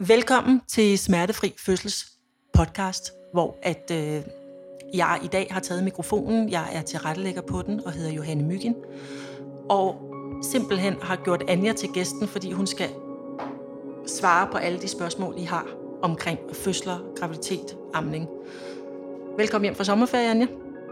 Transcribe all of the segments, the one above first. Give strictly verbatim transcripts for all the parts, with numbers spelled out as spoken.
Velkommen til Smertefri Fødsels podcast, hvor at, øh, jeg i dag har taget mikrofonen. Jeg er tilrettelægger på den og hedder Johanne Myggen. Og simpelthen har gjort Anja til gæsten, fordi hun skal svare på alle de spørgsmål, I har omkring fødsler, graviditet, amning. Velkommen hjem fra sommerferie, Anja.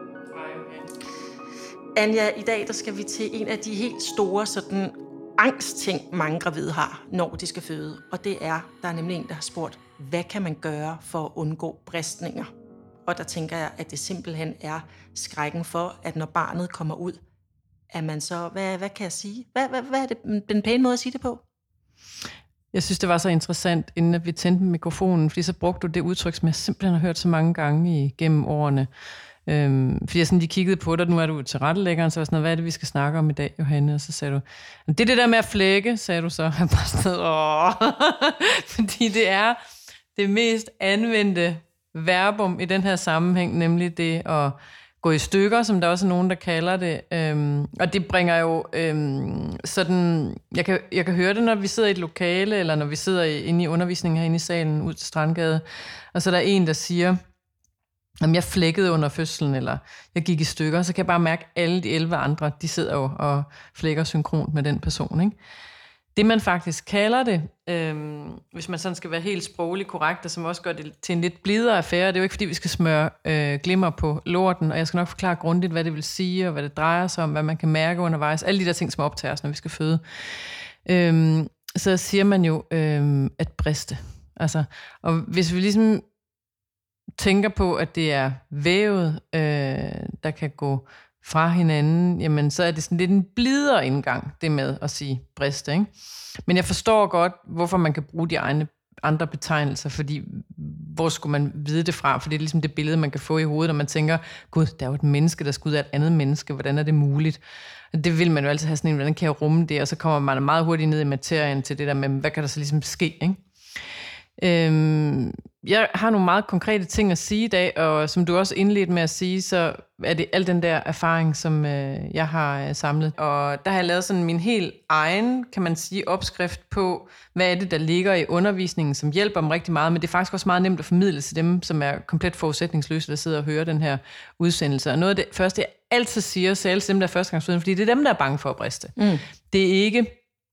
Anja, i dag der skal vi til en af de helt store sådan, angstting, mange gravide har, når de skal føde. Og det er, der er nemlig en, der har spurgt, hvad kan man gøre for at undgå bristninger? Og der tænker jeg, at det simpelthen er skrækken for, at når barnet kommer ud, at man så, hvad, hvad kan jeg sige? Hvad, hvad, hvad er det, den pæne måde at sige det på? Jeg synes, det var så interessant, inden vi tændte mikrofonen, fordi så brugte du det udtryk, som jeg simpelthen har hørt så mange gange igennem årene. Øhm, fordi jeg sådan lige kiggede på dig, nu er du tilrettelæggeren, så var sådan noget, hvad er det, vi skal snakke om i dag, Johanne? Og så sagde du, det er det der med at flække, sagde du så. Jeg bare sådan, åh. Fordi det er det mest anvendte verbum i den her sammenhæng, nemlig det at gå i stykker, som der også er nogen, der kalder det. Øhm, og det bringer jo øhm, sådan... Jeg kan, jeg kan høre det, når vi sidder i et lokale, eller når vi sidder inde i undervisningen herinde i salen ud til Strandgade, og så er der en, der siger, om jeg flækkede under fødslen, eller jeg gik i stykker, så kan jeg bare mærke, at alle de elleve andre, de sidder jo og flækker synkront med den person, ikke? Det, man faktisk kalder det, øhm, hvis man sådan skal være helt sprogligt korrekt, og som også gør det til en lidt blidere affære, det er jo ikke, fordi vi skal smøre øh, glimmer på lorten, og jeg skal nok forklare grundigt, hvad det vil sige, og hvad det drejer sig om, hvad man kan mærke undervejs, alle de der ting, som optager os, når vi skal føde. Øhm, så siger man jo, øhm, at briste. Altså, og hvis vi ligesom tænker på, at det er vævet, øh, der kan gå fra hinanden, jamen så er det sådan lidt en blidere indgang, det med at sige briste, ikke? Men jeg forstår godt, hvorfor man kan bruge de egne andre betegnelser, fordi hvor skulle man vide det fra? For det er ligesom det billede, man kan få i hovedet, når man tænker, gud, der er jo et menneske, der skal ud af et andet menneske, hvordan er det muligt? Det vil man jo altid have sådan en, hvordan kan jeg rumme det? Og så kommer man meget hurtigt ned i materien til det der med, hvad kan der så ligesom ske, ikke? Øhm, jeg har nogle meget konkrete ting at sige i dag, og som du også indledte med at sige, så er det al den der erfaring, som øh, jeg har øh, samlet. Og der har jeg lavet sådan min helt egen, kan man sige, opskrift på, hvad er det, der ligger i undervisningen, som hjælper dem rigtig meget, men det er faktisk også meget nemt at formidle til dem, som er komplet forudsætningsløse, der sidder og hører den her udsendelse. Og noget af det første, jeg altid siger, så alle dem, der er førstegangsfødende, fordi det er dem, der er bange for at briste. Mm. Det er ikke...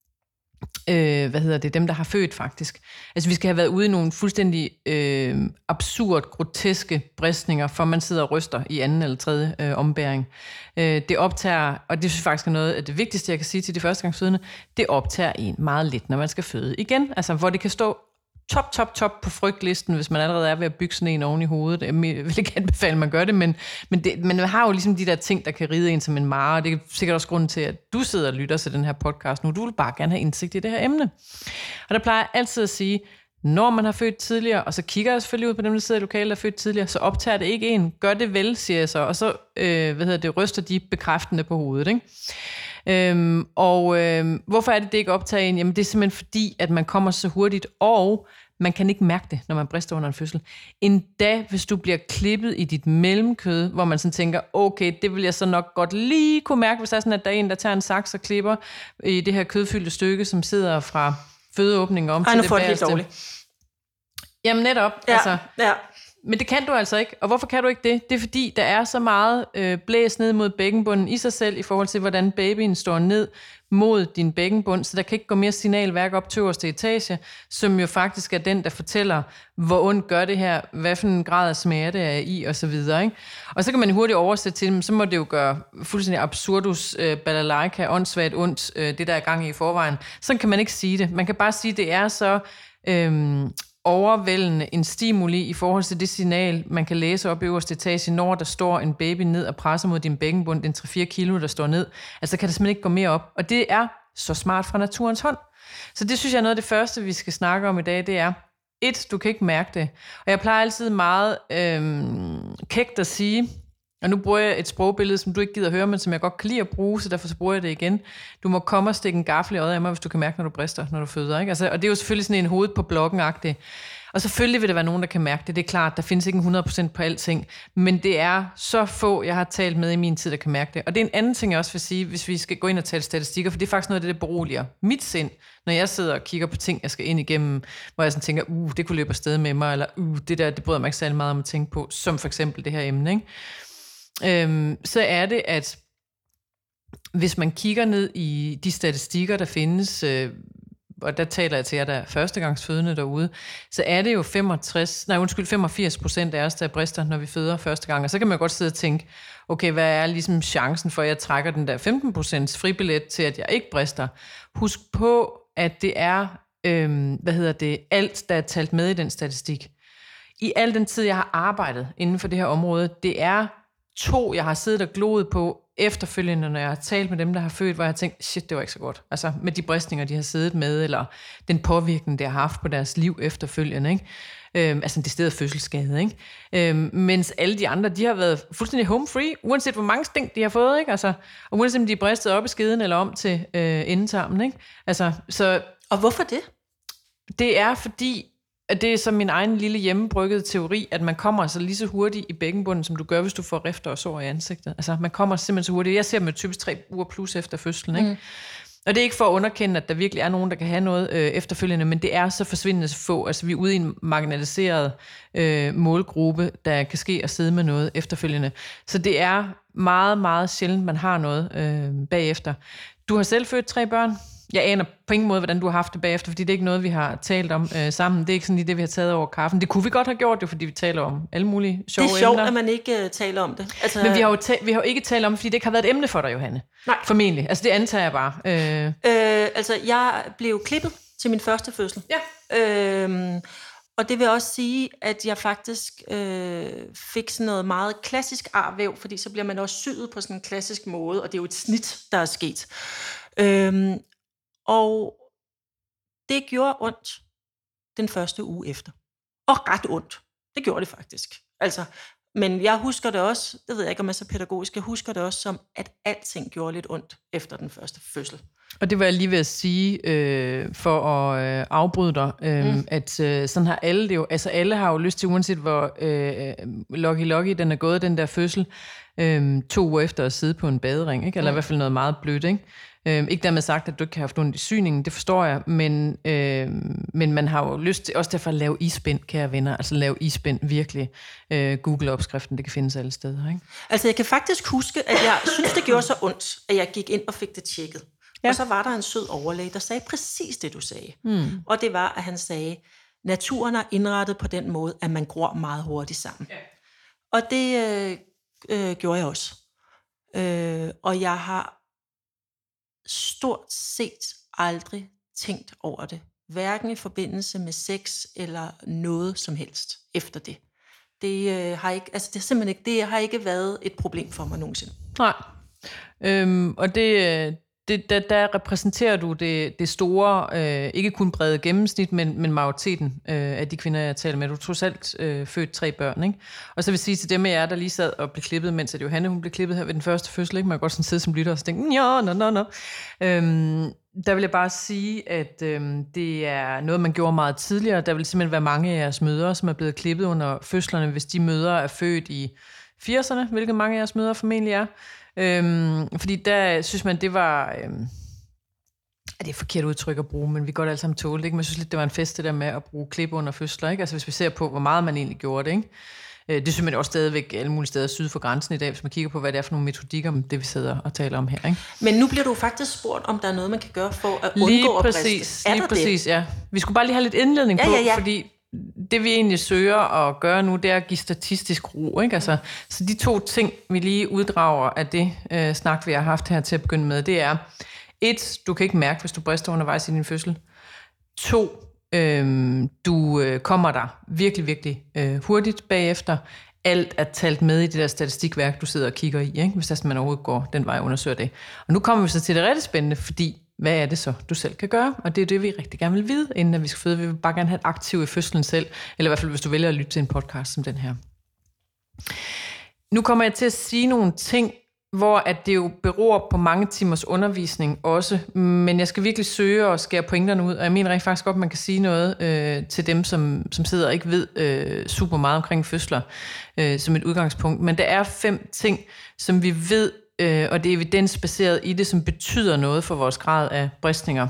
Øh, hvad hedder det, dem der har født faktisk. Altså vi skal have været ude i nogle fuldstændig øh, absurd, groteske bristninger, for man sidder og ryster i anden eller tredje øh, ombæring. Øh, det optager, og det synes jeg faktisk er noget af det vigtigste, jeg kan sige til de førstegangsfødende, det optager en meget lidt, når man skal føde igen. Altså hvor det kan stå top, top, top på frygtlisten, hvis man allerede er ved at bygge sådan en oven i hovedet. Jeg vil ikke anbefale, at man gør det, men, men det, man har jo ligesom de der ting, der kan ride en som en mare, og det er sikkert også grunden til, at du sidder og lytter til den her podcast nu. Du vil bare gerne have indsigt i det her emne. Og der plejer jeg altid at sige, når man har født tidligere, og så kigger jeg selvfølgelig ud på dem, der sidder i lokalet, der er født tidligere, så optager det ikke en. Gør det vel, siger jeg så, og så øh, hvad hedder det, ryster de bekræftende på hovedet, ikke? Øhm, og øh, hvorfor er det, det ikke optager en? Jamen det er simpelthen fordi, at man kommer så hurtigt, og man kan ikke mærke det, når man brister under en fødsel. Endda, hvis du bliver klippet i dit mellemkød, hvor man sådan tænker, okay, det vil jeg så nok godt lige kunne mærke, hvis der er sådan, at der er en, der tager en saks og klipper i det her kødfyldte stykke, som sidder fra fødeåbningen om Ej, til det bagerste. Ej, nu får det helt dårligt. Jamen netop, ja, altså. Ja. Men det kan du altså ikke. Og hvorfor kan du ikke det? Det er fordi, der er så meget øh, blæs ned mod bækkenbunden i sig selv, i forhold til, hvordan babyen står ned mod din bækkenbund, så der kan ikke gå mere signalværk op til øverste etage, som jo faktisk er den, der fortæller, hvor ondt gør det her, hvad for en grad af smerte er i, og så videre, ikke? Og så kan man hurtigt oversætte til dem, så må det jo gøre fuldstændig absurdus, øh, balalaika, åndssvagt ondt, øh, det der er gang i forvejen. Sådan kan man ikke sige det. Man kan bare sige, at det er så... Øh, overvældende en stimuli i forhold til det signal, man kan læse op i øverste etage, når der står en baby ned og presser mod din bækkenbund, den tre fire kilo, der står ned. Altså kan der simpelthen ikke gå mere op. Og det er så smart fra naturens hånd. Så det synes jeg er noget af det første, vi skal snakke om i dag, det er, et, du kan ikke mærke det. Og jeg plejer altid meget øhm, kægt at sige, og nu bruger jeg et sprogbillede, som du ikke gider høre, men som jeg godt kan lide at bruge, så derfor så bruger jeg det igen. Du må komme og stikke en gaffel i øjet af mig, hvis du kan mærke, når du brister, når du føder, ikke? Altså, og det er jo selvfølgelig sådan en hoved på blokken-agtig. Og selvfølgelig vil der være nogen, der kan mærke det. Det er klart, der findes ikke en hundrede procent på alting. Men det er så få, jeg har talt med i min tid, der kan mærke det. Og det er en anden ting, jeg også vil sige, hvis vi skal gå ind og tale statistikker, for det er faktisk noget af det, der beroliger mit sind, når jeg sidder og kigger på ting, jeg skal ind igennem, hvor jeg sådan tænker, uh, det kunne løbe afsted med mig, eller uh, det der, det bryder mig ikke særlig meget om at tænke på, som for eksempel det her emne, ikke? Øhm, så er det, at hvis man kigger ned i de statistikker, der findes, øh, og der taler jeg til jer, der er førstegangsfødende derude, så er det jo femogtres, nej, undskyld, femogfirs procent af os, der brister, når vi føder første gang. Og så kan man godt sidde og tænke, okay, hvad er ligesom chancen for, at jeg trækker den der femten procent fribillet til, at jeg ikke brister? Husk på, at det er, øh, hvad hedder det, alt, der er talt med i den statistik. I al den tid, jeg har arbejdet inden for det her område, det er to, jeg har siddet og gloet på efterfølgende, når jeg har talt med dem, der har født, hvor jeg har tænkt, shit, det var ikke så godt. Altså med de bristninger, de har siddet med, eller den påvirkning, det har haft på deres liv efterfølgende, ikke? Øhm, altså en decideret fødselsskade, ikke? Øhm, mens alle de andre, de har været fuldstændig home free, uanset hvor mange stink de har fået, ikke? Altså, og uanset om de er bristet op i skeden, eller om til øh, endetarmen, ikke? Altså, så, og hvorfor det? Det er fordi, at det er som min egen lille hjemmebryggede teori, at man kommer altså lige så hurtigt i bækkenbunden, som du gør, hvis du får rifter og sår i ansigtet. Altså, man kommer simpelthen så hurtigt. Jeg ser dem jo typisk tre uger plus efter fødslen, ikke? Mm. Og det er ikke for at underkende, at der virkelig er nogen, der kan have noget øh, efterfølgende, men det er så forsvindende få. Altså, vi er ude i en marginaliseret øh, målgruppe, der kan ske at sidde med noget efterfølgende. Så det er meget, meget sjældent, man har noget øh, bagefter. Du har selv født tre børn. Jeg aner på ingen måde, hvordan du har haft det bagefter, fordi det er ikke noget, vi har talt om øh, sammen. Det er ikke sådan lige det, vi har taget over kaffen. Det kunne vi godt have gjort, det fordi vi taler om alle mulige sjove emner. Det er sjovt, emner. at man ikke uh, taler om det. Altså, men vi har, jo ta- vi har jo ikke talt om det, fordi det ikke har været et emne for dig, Johanne. Nej. Formentlig. Altså det antager jeg bare. Øh. Øh, altså, jeg blev klippet til min første fødsel. Ja. Øhm, og det vil også sige, at jeg faktisk øh, fik sådan noget meget klassisk arvæv, fordi så bliver man også syet på sådan en klassisk måde, og det er jo et snit, der er sket. Øhm, Og det gjorde ondt den første uge efter. Og ret ondt. Det gjorde det faktisk. Altså, men jeg husker det også, det ved jeg ikke, om jeg er så pædagogisk, jeg husker det også som, at alting gjorde lidt ondt efter den første fødsel. Og det var jeg lige ved at sige, øh, for at øh, afbryde dig, øh, mm. at øh, sådan har alle det jo, altså alle har jo lyst til, uanset hvor øh, lucky lucky den er gået, den der fødsel, øh, to uger efter at sidde på en badering, ikke? Eller mm. i hvert fald noget meget blødt, ikke? Øh, ikke dermed sagt, at du ikke kan have haft ondt i syningen, det forstår jeg, men, øh, men man har jo lyst til, også derfor at lave isbind, kære venner, altså lave isbind virkelig. Øh, Google-opskriften, det kan findes alle steder, ikke? Altså jeg kan faktisk huske, at jeg synes, det gjorde så ondt, at jeg gik ind og fik det tjekket. Ja. Og så var der en sød overlæge, der sagde præcis det, du sagde. Hmm. Og det var, at han sagde, naturen er indrettet på den måde, at man gror meget hurtigt sammen. Ja. Og det øh, øh, gjorde jeg også. Øh, og jeg har stort set aldrig tænkt over det. Hverken i forbindelse med sex eller noget som helst efter det. Det øh, har ikke, altså det er simpelthen ikke, det har ikke været et problem for mig nogensinde. Nej. Øhm, og det, det der, der repræsenterer du det, det store, øh, ikke kun brede gennemsnit, men, men majoriteten øh, af de kvinder, jeg taler med. Du har trods alt øh, født tre børn, ikke? Og så vil jeg sige til dem af jer, der lige sad og blev klippet, mens at Johanne hun blev klippet her ved den første fødsel, ikke? Man kan godt sådan sidde som lytter og tænke, ja, no, no, no. Øhm, der vil jeg bare sige, at øhm, det er noget, man gjorde meget tidligere. Der vil simpelthen være mange af jeres mødre, som er blevet klippet under fødslerne, hvis de mødre er født i firserne, hvilket mange af jeres mødre formentlig er. Øhm, fordi der synes man, det var... Øhm, det er et forkert udtryk at bruge, men vi godt alle sammen tåle det, ikke? Men jeg synes lidt, det var en fest, det der med at bruge klip under fødsler, ikke? Altså hvis vi ser på, hvor meget man egentlig gjorde det, ikke? Øh, det synes man også stadigvæk alle mulige steder syd for grænsen i dag, hvis man kigger på, hvad det er for nogle metodikker, det vi sidder og taler om her, ikke? Men nu bliver du faktisk spurgt, om der er noget, man kan gøre for at undgå lige at præcis, briste. Er lige der præcis, det? Ja. Vi skulle bare lige have lidt indledning ja, på, ja, ja. fordi det vi egentlig søger at gøre nu, det er at give statistisk ro, ikke? Altså, så de to ting, vi lige uddrager af det øh, snak, vi har haft her til at begynde med, det er, et, du kan ikke mærke, hvis du brister undervejs i din fødsel. To, øh, du øh, kommer der virkelig, virkelig øh, hurtigt bagefter. Alt er talt med i det der statistikværk, du sidder og kigger i, ikke? Hvis der, man overhovedet går den vej og undersøger det. Og nu kommer vi så til det rigtig spændende, fordi hvad er det så, du selv kan gøre? Og det er det, vi rigtig gerne vil vide, inden at vi skal føde. Vi vil bare gerne have et aktiv i fødslen selv, eller i hvert fald, hvis du vælger at lytte til en podcast som den her. Nu kommer jeg til at sige nogle ting, hvor at det jo beror på mange timers undervisning også, men jeg skal virkelig søge og skære pointerne ud, og jeg mener rent faktisk godt, at man kan sige noget øh, til dem, som, som sidder og ikke ved øh, super meget omkring fødsler øh, som et udgangspunkt. Men der er fem ting, som vi ved, øh, og det er evidensbaseret i det, som betyder noget for vores grad af bristninger.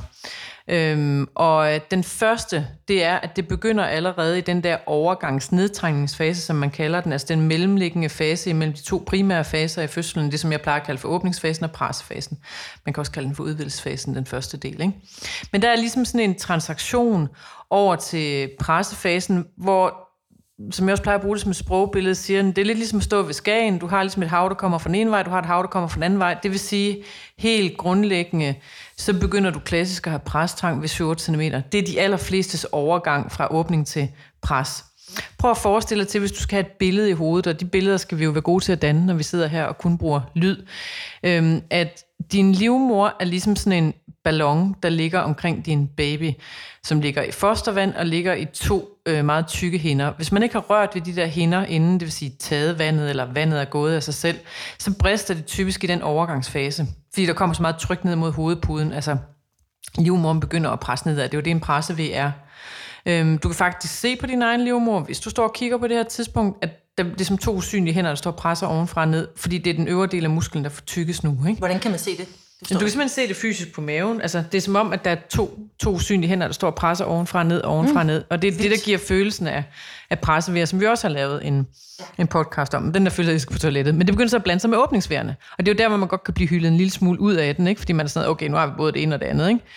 Øhm, og den første, det er, at det begynder allerede i den der overgangsnedtrængningsfase, som man kalder den, altså den mellemliggende fase imellem de to primære faser i fødslen, det som jeg plejer at kalde for åbningsfasen og pressefasen. Man kan også kalde den for udvidelsesfasen, den første del, ikke? Men der er ligesom sådan en transaktion over til pressefasen, hvor, som jeg også plejer at bruge det som et sprogbillede, siger den, det er lidt ligesom at stå ved Skagen. Du har ligesom et hav, der kommer fra den ene vej, du har et hav, der kommer fra den anden vej. Det vil sige, helt grundlæggende, så begynder du klassisk at have prestrang ved syv otte centimeter. Det er de allerflestes overgang fra åbning til pres. Prøv at forestille dig til, hvis du skal have et billede i hovedet, og de billeder skal vi jo være gode til at danne, når vi sidder her og kun bruger lyd, øhm, at din livmor er ligesom sådan en ballon, der ligger omkring din baby, som ligger i fostervand og ligger i to øh, meget tykke hinder. Hvis man ikke har rørt ved de der hinder inden, det vil sige taget vandet, eller vandet er gået af sig selv, så brister det typisk i den overgangsfase, fordi der kommer så meget tryk ned mod hovedpuden, altså livmoren begynder at presse nedad. Det er jo det, en presse-V er. Øhm, du kan faktisk se på din egen livmor, hvis du står og kigger på det her tidspunkt, at det er som to usynlige hænder, der står og presser ovenfra og ned, fordi det er den øvre del af musklen, der fortykkes nu. Ikke? Hvordan kan man se det? Du kan simpelthen se det fysisk på maven. Altså, det er som om, at der er to, to usynlige hænder, der står og presser ovenfra og ned, ovenfra og ned. Og det er det, der giver følelsen af, af pressevejer, som vi også har lavet en, en podcast om. Den der følelse, at jeg skal på toilettet. Men det begynder så at blande sig med åbningsvejerne. Og det er jo der, hvor man godt kan blive hyldet en lille smule ud af den, ikke? Fordi man er sådan, okay, nu har vi både det ene og det andet, ikke?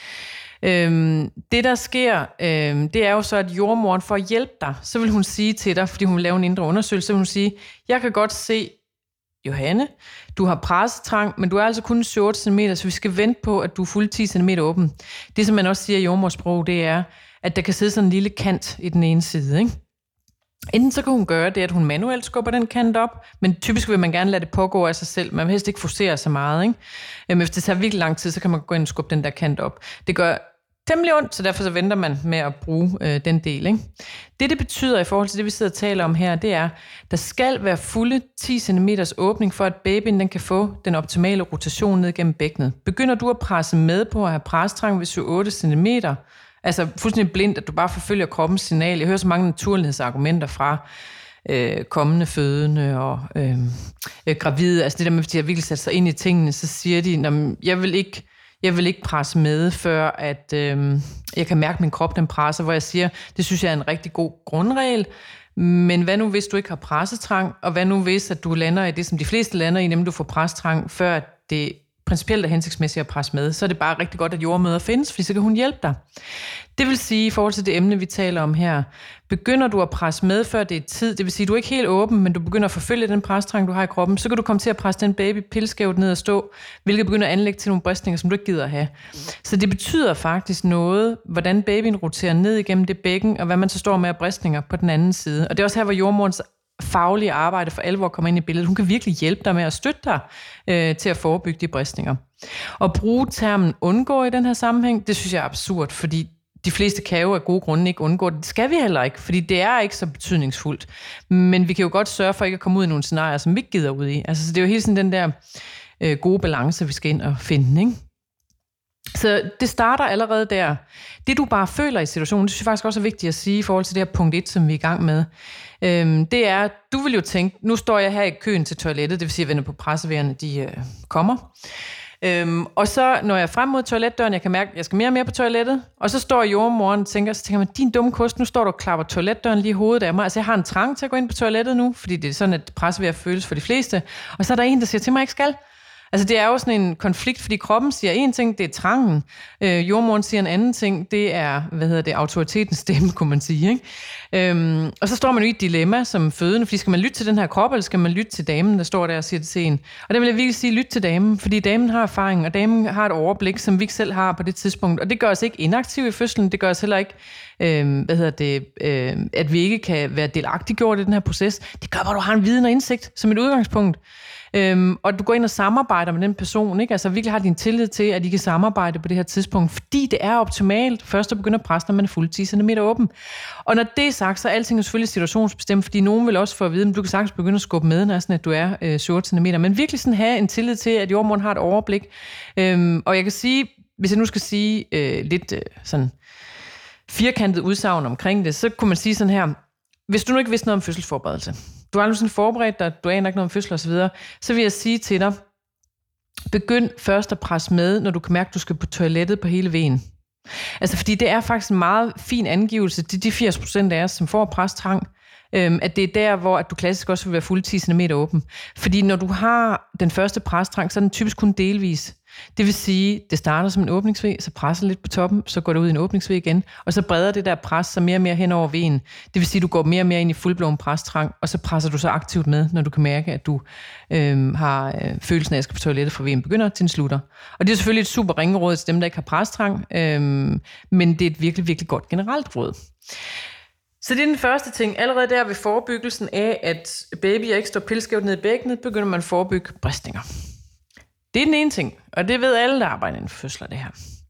Øhm, det der sker, øhm, det er jo så, at jordmoren for at hjælpe dig, så vil hun sige til dig, fordi hun vil lave en indre undersøgelse, så vil hun sige, jeg kan godt se, Johanne, du har pressetrang, men du er altså kun syv otte centimeter, så vi skal vente på, at du er fuldt ti centimeter åben. Det, som man også siger i jordmorsprog, det er, at der kan sidde sådan en lille kant i den ene side, ikke? Enten så kan hun gøre det, at hun manuelt skubber den kant op, men typisk vil man gerne lade det pågå af sig selv. Man vil helst ikke forcere så meget, ikke? Men hvis det tager virkelig lang tid, så kan man gå ind og skubbe den der kant op. Det gør temmelig ondt, så derfor så venter man med at bruge øh, den del, ikke? Det, det betyder i forhold til det, vi sidder og taler om her, det er, der skal være fulde ti centimeters åbning, for at babyen den kan få den optimale rotation ned gennem bækkenet. Begynder du at presse med på at have presstrang ved syv otte centimeter, altså fuldstændig blind, at du bare forfølger kroppens signal. Jeg hører så mange naturlighedsargumenter fra øh, kommende fødende og øh, øh, gravide, altså det der med, at de har virkelig sat sig ind i tingene, så siger de, jeg vil ikke Jeg vil ikke presse med, før at øh, jeg kan mærke, at min krop den presser, hvor jeg siger, det synes jeg er en rigtig god grundregel. Men hvad nu, hvis du ikke har pressetrang, og hvad nu, hvis at du lander i det, som de fleste lander i, nemlig du får pressetrang, før det principielt er hensigtsmæssigt at presse med, så er det bare rigtig godt, at jordmøder findes, fordi så kan hun hjælpe dig. Det vil sige, i forhold til det emne, vi taler om her, begynder du at presse med, før det er tid, det vil sige, at du er ikke helt åben, men du begynder at forfølge den presstrang, du har i kroppen, så kan du komme til at presse den baby pilskævt ned og stå, hvilket begynder at anlægge til nogle bristninger, som du ikke gider at have. Så det betyder faktisk noget, hvordan babyen roterer ned igennem det bækken, og hvad man så står med af bristninger på den anden side. Og det er også her, hvor jordmorens faglige arbejde for alvor kommer ind i billedet. Hun kan virkelig hjælpe dig med at støtte dig øh, til at forebygge de bristninger. Og bruge termen undgå i den her sammenhæng, det synes jeg er absurd, fordi de fleste kan jo af gode grunde ikke undgå det. Det skal vi heller ikke, fordi det er ikke så betydningsfuldt. Men vi kan jo godt sørge for ikke at komme ud i nogle scenarier, som vi ikke gider ud i. Altså, så det er jo hele sådan den der øh, gode balance, vi skal ind og finde, ikke? Så det starter allerede der. Det du bare føler i situationen, det synes jeg faktisk også er vigtigt at sige i forhold til det her punkt et, som vi er i gang med. Øhm, det er, du vil jo tænke, nu står jeg her i køen til toilettet, det vil sige, at jeg venter på pressevejerne, de øh, kommer. Øhm, og så når jeg er frem mod toiletdøren, jeg kan mærke, at jeg skal mere og mere på toilettet, og så står jordmoren og tænker, så tænker man, din dumme kost, nu står du og klapper toiletdøren lige i hovedet af mig. Altså jeg har en trang til at gå ind på toilettet nu, fordi det er sådan, at pressevejer føles for de fleste. Og så er der en, der siger til mig, at jeg ikke skal. Altså det er jo sådan en konflikt, fordi kroppen siger en ting, det er trangen. Øh, jordmoren siger en anden ting, det er, hvad hedder det, autoritetens stemme, kunne man sige, ikke? Øhm, og så står man jo i et dilemma som fødende, fordi skal man lytte til den her krop, eller skal man lytte til damen, der står der og siger det til en? Og der vil jeg virkelig sige, lyt til damen, fordi damen har erfaring, og damen har et overblik, som vi ikke selv har på det tidspunkt. Og det gør os ikke inaktive i fødslen, det gør os heller ikke, øh, hvad hedder det, øh, at vi ikke kan være delagtiggjort i den her proces. Det gør bare, at du har en viden og indsigt som et udgangspunkt. Øhm, og du går ind og samarbejder samarbejder med den person, ikke? Altså virkelig har din tillid til, at I kan samarbejde på det her tidspunkt, fordi det er optimalt først at begynde at presse, når man er fuldt ti centimeter åben. Og når det er sagt, så er alting jo selvfølgelig situationsbestemt, fordi nogen vil også få at vide, at du kan sagtens begynde at skubbe med, når sådan, at du er øh, syv centimeter. Men virkelig sådan have en tillid til, at jordmoren har et overblik. Øhm, og jeg kan sige, hvis jeg nu skal sige øh, lidt øh, sådan firkantet udsagn omkring det, så kunne man sige sådan her: hvis du nu ikke vidste noget om fødselsforberedelse, du har aldrig sådan forberedt dig, du aner ikke noget om fødsel osv., så, så vil jeg sige til dig, begynd først at presse med, når du kan mærke, at du skal på toilettet på hele vejen. Altså, fordi det er faktisk en meget fin angivelse til de firs procent af os, som får præstrang, øhm, at det er der, hvor at du klassisk også vil være fuld ti centimeter åben. Fordi når du har den første præstrang, så er den typisk kun delvis. Det vil sige, det starter som en åbningsved, så presser lidt på toppen, så går det ud i en åbningsved igen, og så breder det der pres sig mere og mere hen over venen. Det vil sige, du går mere og mere ind i fuldblåen præstrang, og så presser du så aktivt med, når du kan mærke, at du øhm, har øh, følelsen af at skal på toilettet fra venen begynder til en slutter. Og det er selvfølgelig et super ringeråd til dem, der ikke har præstrang, øhm, men det er et virkelig, virkelig godt generelt råd. Så det er den første ting. Allerede der ved forebyggelsen af, at babyer ikke står pilskævt ned i bækkenet, begynder man at forebygge bristninger. Det er den ene ting, og det ved alle, der arbejder inden for fødsler, det her.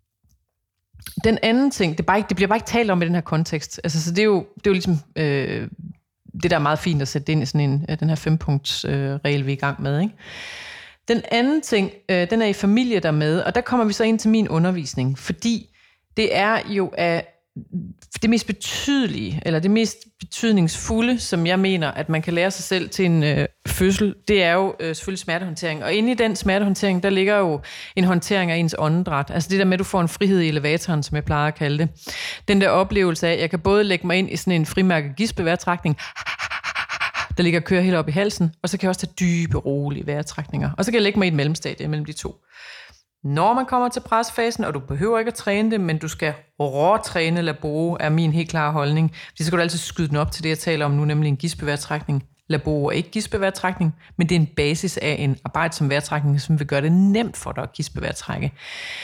Den anden ting, det, bare ikke, det bliver bare ikke talt om i den her kontekst. Altså, så det er jo, det er jo ligesom øh, det, der er meget fint at sætte det ind i sådan en, den her fempunkts øh, regel, vi er i gang med. Ikke? Den anden ting, øh, den er i familie der med, og der kommer vi så ind til min undervisning, fordi det er jo af det mest betydelige, eller det mest betydningsfulde, som jeg mener, at man kan lære sig selv til en øh, fødsel, det er jo øh, selvfølgelig smertehåndtering. Og inde i den smertehåndtering, der ligger jo en håndtering af ens åndedræt. Altså det der med, at du får en frihed i elevatoren, som jeg plejer at kalde det. Den der oplevelse af, at jeg kan både lægge mig ind i sådan en frimærket gispevejrtrækning, der ligger og kører helt op i halsen, og så kan jeg også tage dybe, rolige vejrtrækninger. Og så kan jeg lægge mig i et mellemstadie mellem de to. Når man kommer til presfasen, og du behøver ikke at træne det, men du skal råtræne labore, er min helt klare holdning. Så skal du altid skyde den op til det, jeg taler om nu, nemlig en gispevejrtrækning. Labore er ikke gispevejrtrækning, men det er en basis af en arbejdsom vejrtrækning, som vil gøre det nemt for dig at gispevejrtrække.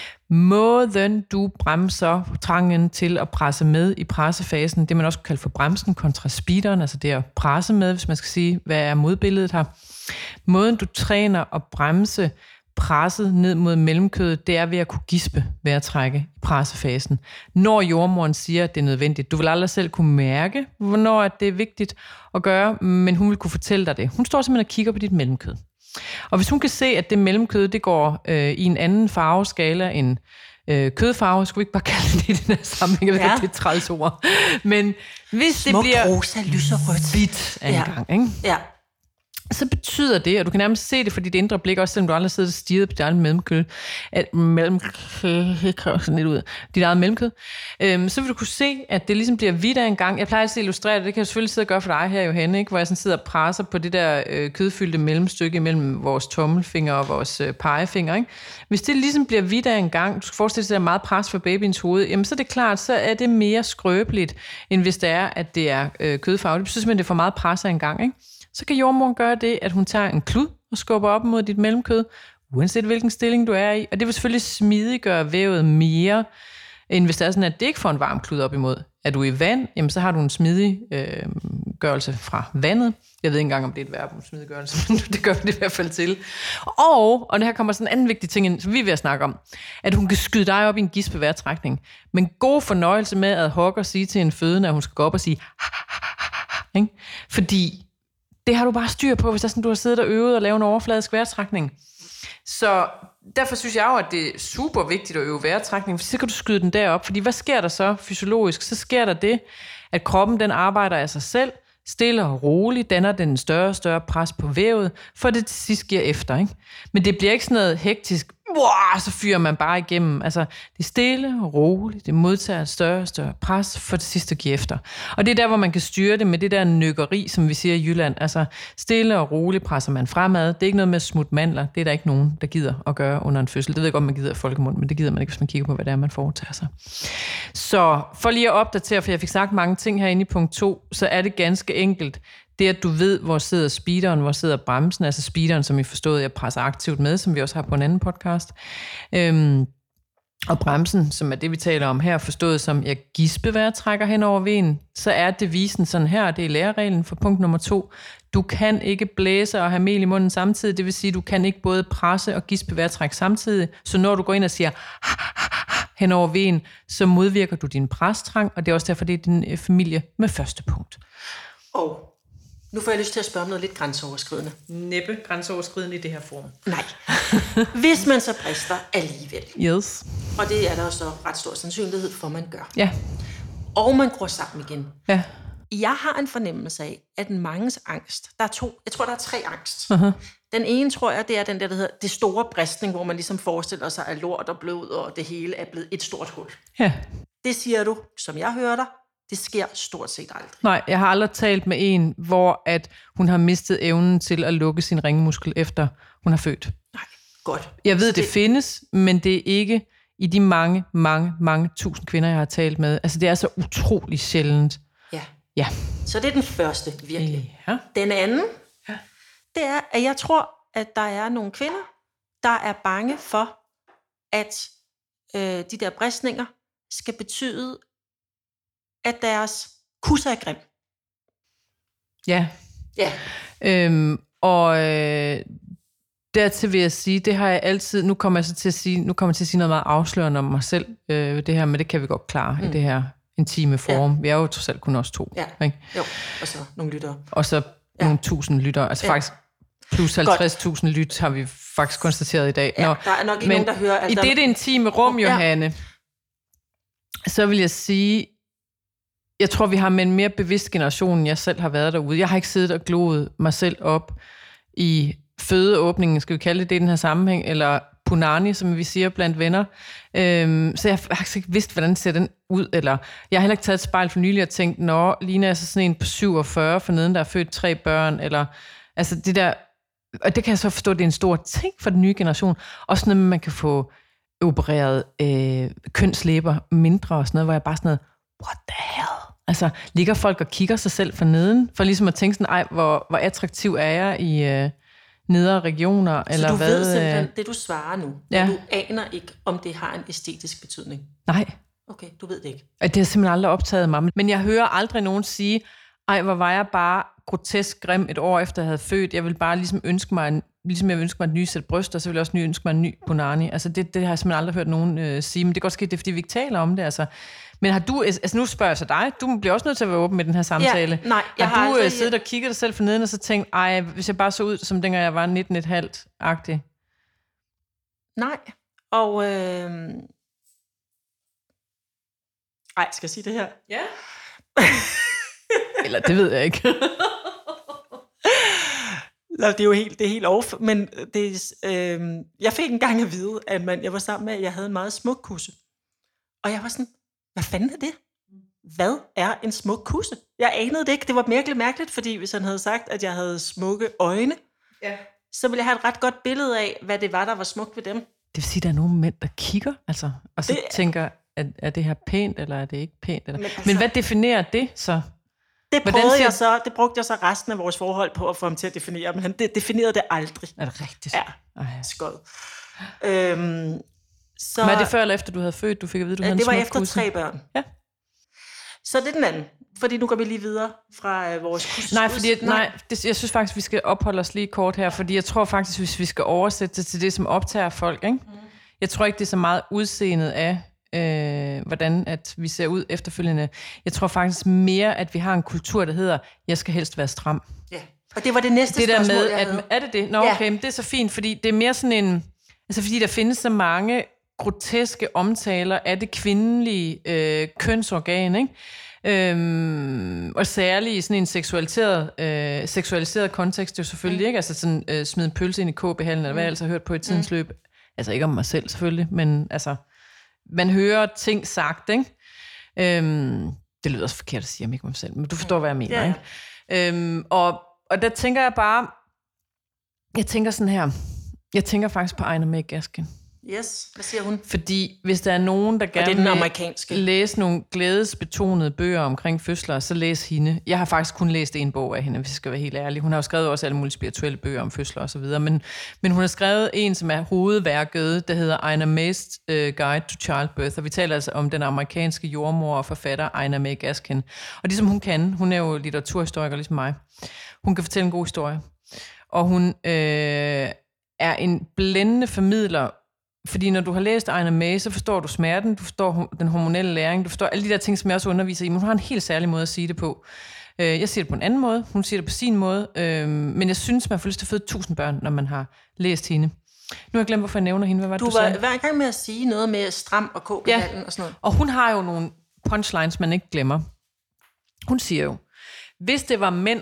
Måden du bremser trangen til at presse med i pressefasen, det man også kalder for bremsen kontra speederen, altså det at presse med, hvis man skal sige, hvad er modbilledet her. Måden du træner at bremse presset ned mod mellemkødet, det er ved at kunne gispe vejrtrække i pressefasen. Når jordmoren siger, at det er nødvendigt. Du vil aldrig selv kunne mærke, hvornår det er vigtigt at gøre, men hun vil kunne fortælle dig det. Hun står simpelthen og kigger på dit mellemkød. Og hvis hun kan se, at det mellemkød, det går øh, i en anden farveskala end øh, kødfarve, skulle vi ikke bare kalde det i den her sammenhæng, jeg ved ja. Det er et træls ord. Men hvis Smukt det bliver rosa, lyserødt hvidt af en ja. gang, ikke? Ja. Så betyder det, og du kan nærmest se det for dit indre blik, også selvom du aldrig sidder og stirret på dit eget mellemkød, at mellemkød, sådan lidt ud, dit eget mellemkød, øhm, så vil du kunne se, at det ligesom bliver hvidt af en gang. Jeg plejer altid at illustrere det, det kan jeg selvfølgelig sidde og gøre for dig her, Johanne, ikke? Hvor jeg sådan sidder og presser på det der øh, kødfyldte mellemstykke mellem vores tommelfinger og vores øh, pegefinger. Ikke? Hvis det ligesom bliver hvidt af en gang, du skal forestille dig, at der er meget pres for babyens hoved, jamen så er det klart, så er det mere skrøbeligt, end hvis det er, at det er øh, kødfarve. Det betyder simpelthen, at det er for meget pres af en gang, ikke? Så kan jordmoren gøre det, at hun tager en klud og skubber op mod dit mellemkød, uanset hvilken stilling du er i. Og det vil selvfølgelig smidiggøre vævet mere, end hvis det er sådan, at det ikke får en varm klud op imod. Er du i vand, jamen så har du en smidiggørelse øh, fra vandet. Jeg ved ikke engang, om det er et verb om smidiggørelse, men det gør det i hvert fald til. Og, og det her kommer sådan en anden vigtig ting, som vi er ved at snakke om, at hun kan skyde dig op i en gispevejrtrækning. Men god fornøjelse med at hugge og sige til en fødende, at hun skal gå op og sige, ikke? Fordi det har du bare styr på, hvis det er sådan, du har siddet og øvet og lavet en overfladisk vejrtrækning. Så derfor synes jeg jo, at det er super vigtigt at øve vejrtrækning, for så kan du skyde den derop. Fordi hvad sker der så fysiologisk? Så sker der det, at kroppen den arbejder af sig selv, stille og roligt, danner den større og større pres på vævet, for det til sidst giver efter. Ikke? Men det bliver ikke sådan noget hektisk, wow, så fyrer man bare igennem. Altså, det er stille og roligt, det modtager et større og større pres, for det sidste at give efter. Og det er der, hvor man kan styre det med det der nykkeri, som vi siger i Jylland. Altså, stille og roligt presser man fremad. Det er ikke noget med at smutte mandler. Det er der ikke nogen, der gider at gøre under en fødsel. Det ved jeg godt, man gider i folkemund, men det gider man ikke, hvis man kigger på, hvad det er, man foretager sig. Så for lige at opdatere, for jeg fik sagt mange ting herinde i punkt to, så er det ganske enkelt. Det, at du ved, hvor sidder speederen, hvor sidder bremsen, altså speederen, som I forstod, jeg presser aktivt med, som vi også har på en anden podcast. Øhm, Og bremsen, som er det, vi taler om her, forstået som, jeg gispeværet trækker hen over vejen, så er devisen sådan her, det er lærerreglen for punkt nummer to. Du kan ikke blæse og have mel i munden samtidig, det vil sige, du kan ikke både presse og gispeværet trække samtidig. Så når du går ind og siger hen over vejen, så modvirker du din præstrang, og det er også derfor, det er din familie med første punkt. Og nu får jeg lyst til at spørge om noget lidt grænseoverskridende. Næppe grænseoverskridende i det her form. Nej. Hvis man så brister alligevel. Yes. Og det er der så ret stor sandsynlighed for, man gør. Ja. Og man går sammen igen. Ja. Jeg har en fornemmelse af, at manges angst, der er to, jeg tror, der er tre angst. Uh-huh. Den ene, tror jeg, det er den der, der hedder det store bristning, hvor man ligesom forestiller sig, at lort og blod og det hele er blevet et stort hul. Ja. Det siger du, som jeg hører dig, det sker stort set aldrig. Nej, jeg har aldrig talt med en, hvor at hun har mistet evnen til at lukke sin ringmuskel, efter hun har født. Nej, godt. Jeg ved, det, det det findes, men det er ikke i de mange, mange, mange tusind kvinder, jeg har talt med. Altså, det er så utrolig sjældent. Ja. Ja. Så det er den første, virkelig. Ja. Den anden, ja. det er, at jeg tror, at der er nogle kvinder, der er bange for, at øh, de der bristninger skal betyde, at deres kusser er grim. Ja. Ja. Øhm, og øh, dertil vil jeg sige, det har jeg altid, nu kommer jeg så til at sige, nu kommer jeg til at sige noget meget afslørende om mig selv, øh, det her, men det kan vi godt klare mm. i det her intime forum. Ja. Vi er jo trods alt kun os to. Ja, ikke? Jo, og så nogle lyttere. Og så ja. nogle tusind lyttere, altså ja. faktisk plus halvtreds tusind lyt har vi faktisk konstateret i dag. Ja, Nå, der er nok ikke nogen, der hører... Altså, i dette intime rum, Johanne, ja. så vil jeg sige, jeg tror, vi har med en mere bevidst generation, end jeg selv har været derude. Jeg har ikke siddet og gloet mig selv op i fødeåbningen, skal vi kalde det det i den her sammenhæng, eller punani, som vi siger blandt venner. Øhm, så jeg har faktisk ikke vidst, hvordan ser den ud. Eller jeg har heller ikke taget et spejl for nylig og tænkt, nå, ligner jeg så sådan en på syvogfyrre forneden, der har født tre børn, eller altså det der, og det kan jeg så forstå, det er en stor ting for den nye generation. Også noget med, at man kan få opereret øh, kønslæber mindre og sådan noget, hvor jeg bare sådan noget, what the hell? Altså, ligger folk og kigger sig selv for neden, for ligesom at tænke sådan, ej, hvor, hvor attraktiv er jeg i øh, nedre regioner, så eller du hvad? ved simpelthen, det du svarer nu, ja. du aner ikke, om det har en æstetisk betydning? Nej. Okay, du ved det ikke. Det har simpelthen aldrig optaget mig. Men jeg hører aldrig nogen sige, ej, hvor var jeg bare grotesk grim et år efter jeg havde født. Jeg vil bare ligesom ønske mig, en, ligesom jeg vil ønske mig et nyt sæt bryster, så vil jeg også ønske mig en ny punani. Altså det, det har jeg simpelthen aldrig hørt nogen øh, sige, men det kan godt ske, det er fordi vi ikke taler om det, altså. Men har du, altså nu spørger jeg så dig, du bliver også nødt til at være åben med den her samtale. Ja, nej, jeg har, har du aldrig... siddet og kigget dig selv for neden, og så tænkt, ej, hvis jeg bare så ud, som dengang jeg var nitten komma fem-agtig? Nej, og... Øh... Ej, skal jeg sige det her? Ja. Eller det ved jeg ikke. Det er jo helt, det er helt off, men det, øh, jeg fik engang at vide, at man, jeg var sammen med, at jeg havde en meget smuk kusse. Og jeg var sådan, hvad fanden er det? Hvad er en smuk kusse? Jeg anede det ikke. Det var virkelig mærkeligt, fordi hvis han havde sagt, at jeg havde smukke øjne, ja. så ville jeg have et ret godt billede af, hvad det var, der var smukt ved dem. Det vil sige, at der er nogle mænd, der kigger, altså, og så det, tænker, er, er det her pænt, eller er det ikke pænt? Eller? Men, altså, men hvad definerer det så? Det prøvede siger... jeg så, det brugte jeg så resten af vores forhold på at få ham til at definere, men han det definerede det aldrig. Er det rigtigt? Ja, skød. Øhm, så, men er det før eller efter, du havde født? Du fik at vide, du havde det en var smuk efter kusse? tre børn. Ja. Så det er den anden, fordi nu går vi lige videre fra øh, vores kusse. Nej, fordi, nej. nej det, jeg synes faktisk, vi skal opholde os lige kort her, fordi jeg tror faktisk, hvis vi skal oversætte det til det, som optager folk, ikke? Mm. Jeg tror ikke, det er så meget udseendet af, Øh, hvordan at vi ser ud efterfølgende. Jeg tror faktisk mere, at vi har en kultur, der hedder, jeg skal helst være stram. Ja, og det var det næste det der spørgsmål, med, jeg at, havde. Er det det? Nå, ja. okay, men det er så fint, fordi det er mere sådan en, altså fordi der findes så mange groteske omtaler af det kvindelige øh, kønsorgan, ikke? Øhm, og særligt i sådan en seksualiseret, øh, seksualiseret kontekst, det er jo selvfølgelig mm. ikke, altså sådan øh, smide en pølse ind i K B-hallen, eller hvad jeg altså har hørt på i tidens mm. løb. Altså ikke om mig selv selvfølgelig, men altså man hører ting sagt, ikke? Øhm, det lyder også forkert at sige, om ikke mig selv, men du forstår, hvad jeg mener, ja. ikke? Øhm, og, og der tænker jeg bare, jeg tænker sådan her, jeg tænker faktisk på Ejner Meg Gaskin. Yes, hvad siger hun? Fordi hvis der er nogen, der gerne den amerikanske. vil læse nogle glædesbetonede bøger omkring fødsler, så læs hende. Jeg har faktisk kun læst en bog af hende, hvis jeg skal være helt ærlig. Hun har jo skrevet også alle mulige spirituelle bøger om fødsler og så videre, men, men hun har skrevet en, som er hovedværket, der hedder Ina May's uh, Guide to Childbirth, og vi taler altså om den amerikanske jordmor og forfatter Ina May Gaskin. Og ligesom hun kan, hun er jo litteraturhistoriker ligesom mig, hun kan fortælle en god historie. Og hun øh, er en blændende formidler. Fordi når du har læst Ina May, så forstår du smerten, du forstår den hormonelle læring, du forstår alle de der ting, som jeg også underviser i, men hun har en helt særlig måde at sige det på. Jeg siger det på en anden måde, hun siger det på sin måde, men jeg synes, man får lyst til at føde tusind børn, når man har læst hende. Nu har jeg glemt, hvorfor jeg nævner hende. Hvad var det, du, du var sagde? hver gang med at sige noget med stram og k-behandling ja. og sådan noget. Og hun har jo nogle punchlines, man ikke glemmer. Hun siger jo, hvis det var mænd,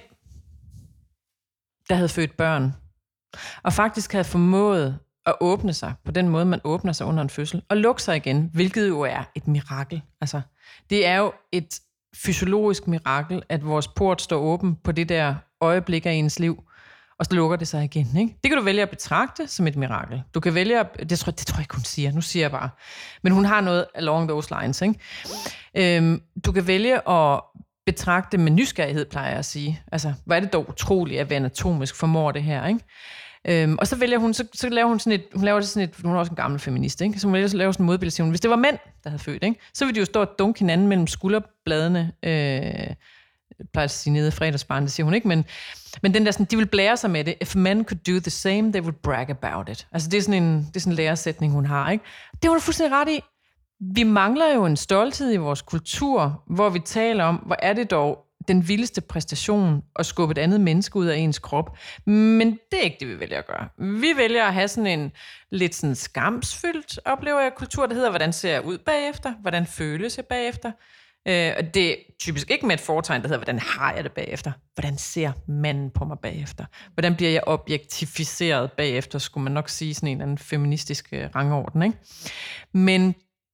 der havde født børn, og faktisk havde formået at åbne sig på den måde, man åbner sig under en fødsel, og lukke sig igen, hvilket jo er et mirakel. Altså, det er jo et fysiologisk mirakel, at vores port står åben på det der øjeblik af ens liv, og så lukker det sig igen. Ikke? Det kan du vælge at betragte som et mirakel. Du kan vælge at, det tror, det tror jeg ikke, hun siger, nu siger jeg bare, men hun har noget along those lines. Ikke? Øhm, du kan vælge at betragte med nysgerrighed, plejer jeg at sige. Altså, hvor er det dog utroligt, at vi anatomisk formår det her, ikke? Øhm, og så vælger hun, så, så laver hun sådan et, hun laver det sådan et, hun er også en gammel feminist, ikke? Så hun vælger, så laver sådan en modbillede, hvis det var mænd, der havde født, ikke? Så ville de jo stå og dunke hinanden mellem skulderbladene, øh, jeg plejer at sige nede i fredagsbarn, det siger hun ikke, men, men den der sådan, de vil blære sig med det, if men could do the same, they would brag about it. Altså det er sådan en, det er sådan en læresætning, hun har, ikke? Det var du fuldstændig ret i. Vi mangler jo en stolthed i vores kultur, hvor vi taler om, hvor er det dog den vildeste præstation at skubbe et andet menneske ud af ens krop. Men det er ikke det, vi vælger at gøre. Vi vælger at have sådan en lidt sådan skamsfyldt oplever jeg kultur, der hedder, hvordan ser jeg ud bagefter? Hvordan føles jeg bagefter? Øh, og det er typisk ikke med et foretegn, der hedder, hvordan har jeg det bagefter? Hvordan ser manden på mig bagefter? Hvordan bliver jeg objektificeret bagefter, skulle man nok sige, sådan en eller anden feministisk rangorden, ikke? Men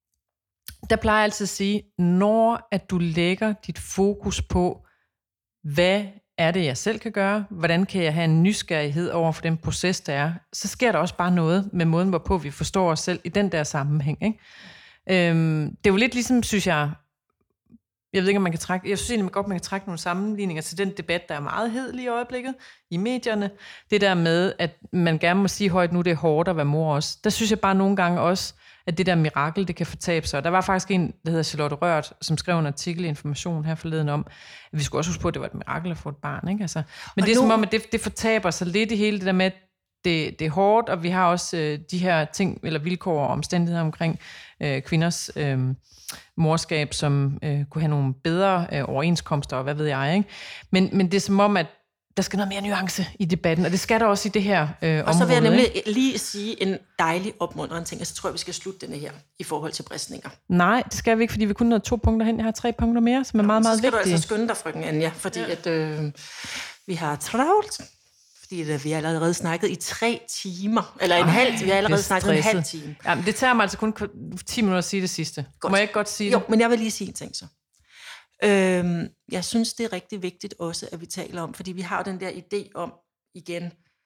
der plejer jeg altid at sige, når at du lægger dit fokus på, hvad er det, jeg selv kan gøre, hvordan kan jeg have en nysgerrighed over for den proces, der er, så sker der også bare noget med måden, hvorpå vi forstår os selv i den der sammenhæng. Ikke? Øhm, det er jo lidt ligesom, synes jeg, jeg ved ikke, om man kan trække, jeg synes egentlig godt, man kan trække nogle sammenligninger til den debat, der er meget hed lige i øjeblikket i medierne. Det der med, at man gerne må sige højt, nu det er hårdt at være mor også. Der synes jeg bare nogle gange også, at det der mirakel, det kan fortabe sig. Der var faktisk en, der hedder Charlotte Rørt, som skrev en artikel i Information her forleden om, at vi skulle også huske på, at det var et mirakel at få et barn. Ikke? Altså, men og det er nu... som om, at det, det fortaber sig lidt i hele det der med, at det, det er hårdt, og vi har også øh, de her ting, eller vilkår og omstændigheder omkring øh, kvinders øh, morskab, som øh, kunne have nogle bedre øh, overenskomster, og hvad ved jeg. Ikke? Men, men det er som om, at der skal noget mere nuance i debatten, og det skal der også i det her øh, område. Og så vil jeg nemlig ikke? lige sige en dejlig opmuntrende ting, og så tror jeg, vi skal slutte denne her i forhold til bristninger. Nej, det skal vi ikke, fordi vi kun nåede to punkter hen. Jeg har tre punkter mere, som er ja, meget, meget vigtige. Så skal vigtige. Du altså skynde dig, frøken Anja, fordi ja. at, øh, vi har travlt. Fordi det, vi har allerede snakket i tre timer, eller en Ej, halv, vi har allerede snakket en halv time. Ja, men det tager mig altså kun ti minutter at sige det sidste. Godt. Må jeg ikke godt sige det? Jo, men jeg vil lige sige en ting så. Øhm, jeg synes, det er rigtig vigtigt også, at vi taler om, fordi vi har den der idé om, igen,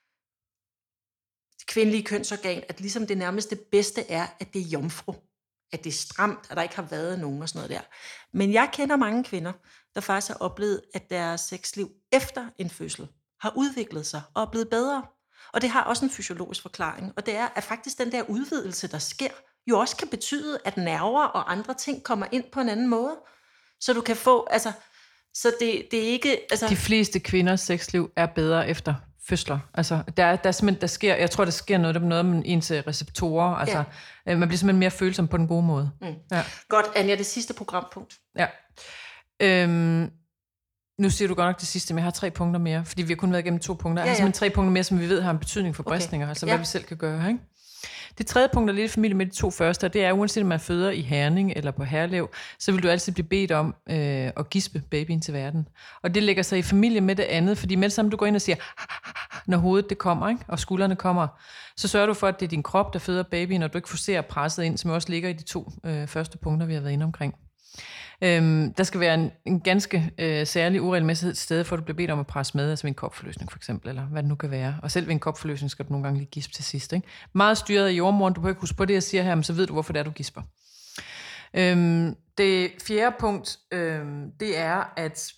det kvindelige kønsorgan, at ligesom det nærmest det bedste er, at det er jomfru, at det er stramt, at der ikke har været nogen og sådan noget der. Men jeg kender mange kvinder, der faktisk har oplevet, at deres sexliv efter en fødsel har udviklet sig og er blevet bedre. Og det har også en fysiologisk forklaring, og det er, at faktisk den der udvidelse, der sker, jo også kan betyde, at nerver og andre ting kommer ind på en anden måde. Så du kan få, altså, så det, det er ikke... Altså... De fleste kvinders sexliv er bedre efter fødsler. Altså, der, der er simpelthen, der sker, jeg tror, der sker noget, der noget med ens receptorer. Altså, ja. Man bliver simpelthen mere følsom på den gode måde. Mm. Ja. Godt, Anja, det sidste programpunkt. Ja. Øhm, nu siger du godt nok det sidste, men jeg har tre punkter mere, fordi vi har kun været igennem to punkter. Jeg ja, har simpelthen ja. tre punkter mere, som vi ved har en betydning for okay. bristninger, altså ja. hvad vi selv kan gøre, ikke? Det tredje punkt er lidt i familie med de to første, og det er, uanset om man føder i Herning eller på Herlev, så vil du altid blive bedt om øh, at gispe babyen til verden. Og det lægger sig i familie med det andet, fordi med det samme du går ind og siger, når hovedet det kommer, ikke? Og skuldrene kommer, så sørger du for, at det er din krop, der føder babyen, og du ikke forcerer presset ind, som også ligger i de to øh, første punkter, vi har været inde omkring. Øhm, der skal være en, en ganske øh, særlig uregelmæssighed til stede, for at du bliver bedt om at presse med, altså ved en kopforløsning for eksempel, eller hvad det nu kan være. Og selv ved en kopforløsning skal du nogle gange lige gispe til sidst. Ikke? Meget styret af jordmoren, du behøver ikke huske på det, jeg siger her, men så ved du, hvorfor det er, du gisper. Øhm, det fjerde punkt, øhm, det er, at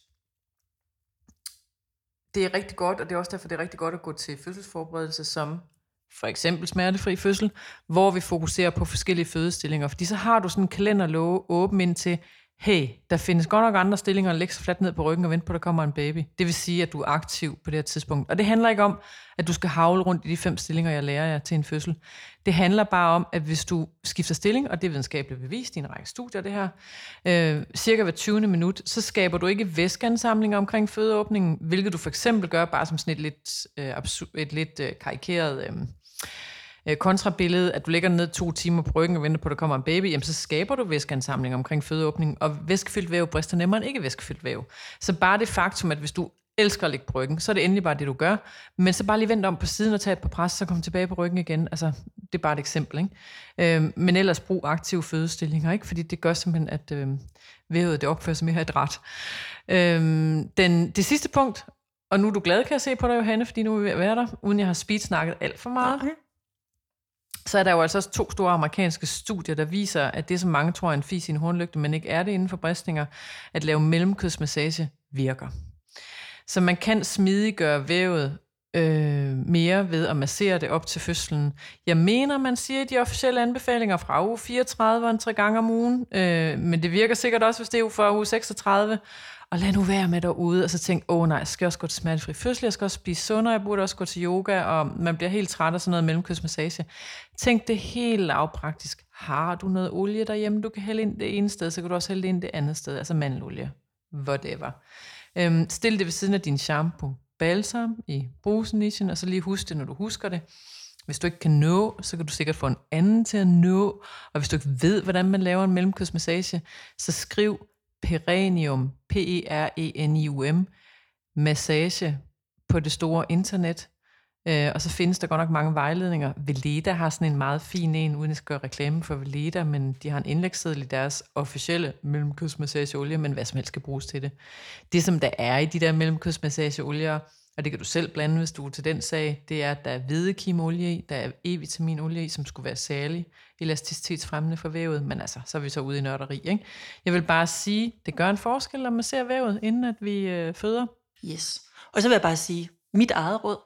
det er rigtig godt, og det er også derfor, det er rigtig godt at gå til fødselsforberedelse som for eksempel smertefri fødsel, hvor vi fokuserer på forskellige fødestillinger. Fordi så har du sådan en kalenderlåge åben ind til, hey, der findes godt nok andre stillinger, læg så fladt ned på ryggen og vente på, at der kommer en baby. Det vil sige, at du er aktiv på det her tidspunkt. Og det handler ikke om, at du skal havle rundt i de fem stillinger, jeg lærer jer til en fødsel. Det handler bare om, at hvis du skifter stilling, og det er videnskabeligt bevist i en række studier, det her, øh, cirka hver tyvende minut, så skaber du ikke væskeansamlinger omkring fødeåbningen, hvilket du for eksempel gør bare som sådan et lidt, øh, absurd, et lidt øh, karikeret øh, kontrabillede, at du ligger ned to timer på ryggen og venter på, at der kommer en baby, jamen så skaber du væskeansamling omkring fødeåbningen, og væskefyldt væv brister nemmere end ikke væskefyldt væv. Så bare det faktum, at hvis du elsker at ligge på ryggen, så er det endelig bare det, du gør, men så bare lige vent om på siden og tage et par pres, så kom tilbage på ryggen igen. Altså, det er bare et eksempel, ikke? Øhm, men ellers brug aktive fødestillinger, ikke? Fordi det gør simpelthen, at øh, vævet det opfører sig mere et ret. Øhm, den, det sidste punkt, og nu er du glad, kan jeg se på dig, Johanne, fordi nu er vi ved at være der, uden jeg har speedsnakket alt for meget. Okay. Så er der jo altså også to store amerikanske studier, der viser, at det, som mange tror er en fis i en hornlygte, men ikke er det inden for bristninger, at lave mellemkødsmassage virker. Så man kan smidiggøre vævet øh, mere ved at massere det op til fødslen. Jeg mener, man siger i de officielle anbefalinger fra uge fireogtredive en tre gange om ugen, øh, men det virker sikkert også, hvis det er fra uge seksogtredive. Og lad nu være med derude, og så tænk, åh oh, nej, jeg skal også gå til smertefri fødsel, jeg skal også spise sundere, jeg burde også gå til yoga, og man bliver helt træt af sådan noget mellemkødsmassage. Tænk det helt lavpraktisk. Har du noget olie derhjemme, du kan hælde ind det ene sted, så kan du også hælde det ind det andet sted, altså mandelolie, whatever. Øhm, stil det ved siden af din shampoo, balsam i brusenischen, og så lige husk det, når du husker det. Hvis du ikke kan nå, så kan du sikkert få en anden til at nå, og hvis du ikke ved, hvordan man laver en mellemkødsmassage, så skriv Perenium, P E R E N I U M, massage på det store internet, øh, og så findes der godt nok mange vejledninger. Veleda har sådan en meget fin en, uden at skal gøre reklame for Veleda, men de har en indlægsseddel i deres officielle mellemkødsmassageolie, men hvad som helst skal bruges til det. Det som der er i de der mellemkødsmassageolier, og det kan du selv blande, hvis du er til den sag, det er, at der er hvidekimolie i, der er E-vitaminolie i, som skulle være særlig elasticitetsfremmende for vævet, men altså, så er vi så ude i nørderi, ikke? Jeg vil bare sige, det gør en forskel, når man ser vævet, inden at vi øh, føder. Yes. Og så vil jeg bare sige, mit eget råd,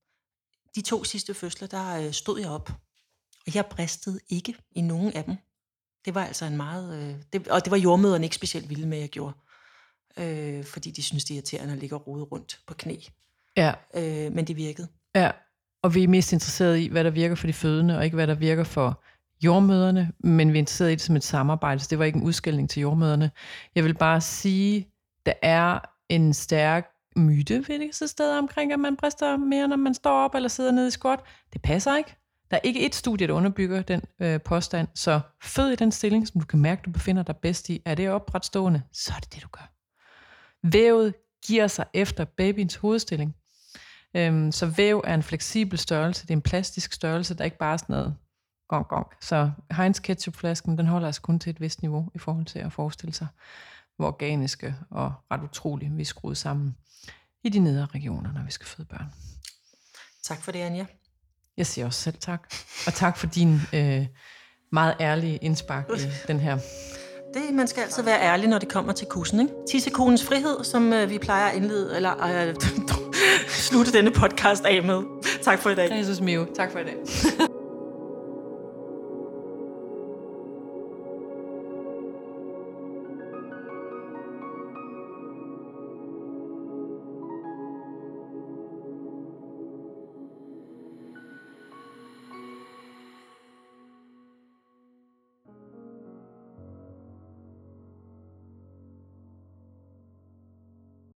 de to sidste fødsler, der øh, stod jeg op, og jeg bristede ikke i nogen af dem. Det var altså en meget, øh, det, og det var jordmøderne ikke specielt vilde med, at jeg gjorde, øh, fordi de synes det er irriterende at ligge og rode rundt på knæ. Ja. Øh, men det virkede. Ja, og vi er mest interesserede i, hvad der virker for de fødende, og ikke hvad der virker for jordmøderne, men vi er interesserede i det som et samarbejde, så det var ikke en udskældning til jordmøderne. Jeg vil bare sige, der er en stærk myte visse steder omkring, at man brister mere, når man står op eller sidder nede i squat. Det passer ikke. Der er ikke et studie, der underbygger den øh, påstand, så fød i den stilling, som du kan mærke, du befinder dig bedst i. Er det opretstående, så er det det, du gør. Vævet giver sig efter babyens hovedstilling. Øhm, så væv er en fleksibel størrelse, det er en plastisk størrelse, der er ikke bare sådan noget gong gong. Så Heinz ketchupflasken, den holder altså kun til et vist niveau i forhold til at forestille sig, hvor organiske og ret utroligt vi er skruet sammen i de nedre regioner, når vi skal føde børn. Tak for det, Anja. Jeg siger også selv tak. Og tak for din øh, meget ærlige indspark i den her. Det, man skal altid være ærlig, når det kommer til kussen, ikke? Tissekonens frihed, som øh, vi plejer at indlede, eller øh, slutte denne podcast af med. Tak for i dag. Jesus mio. Tak for i dag.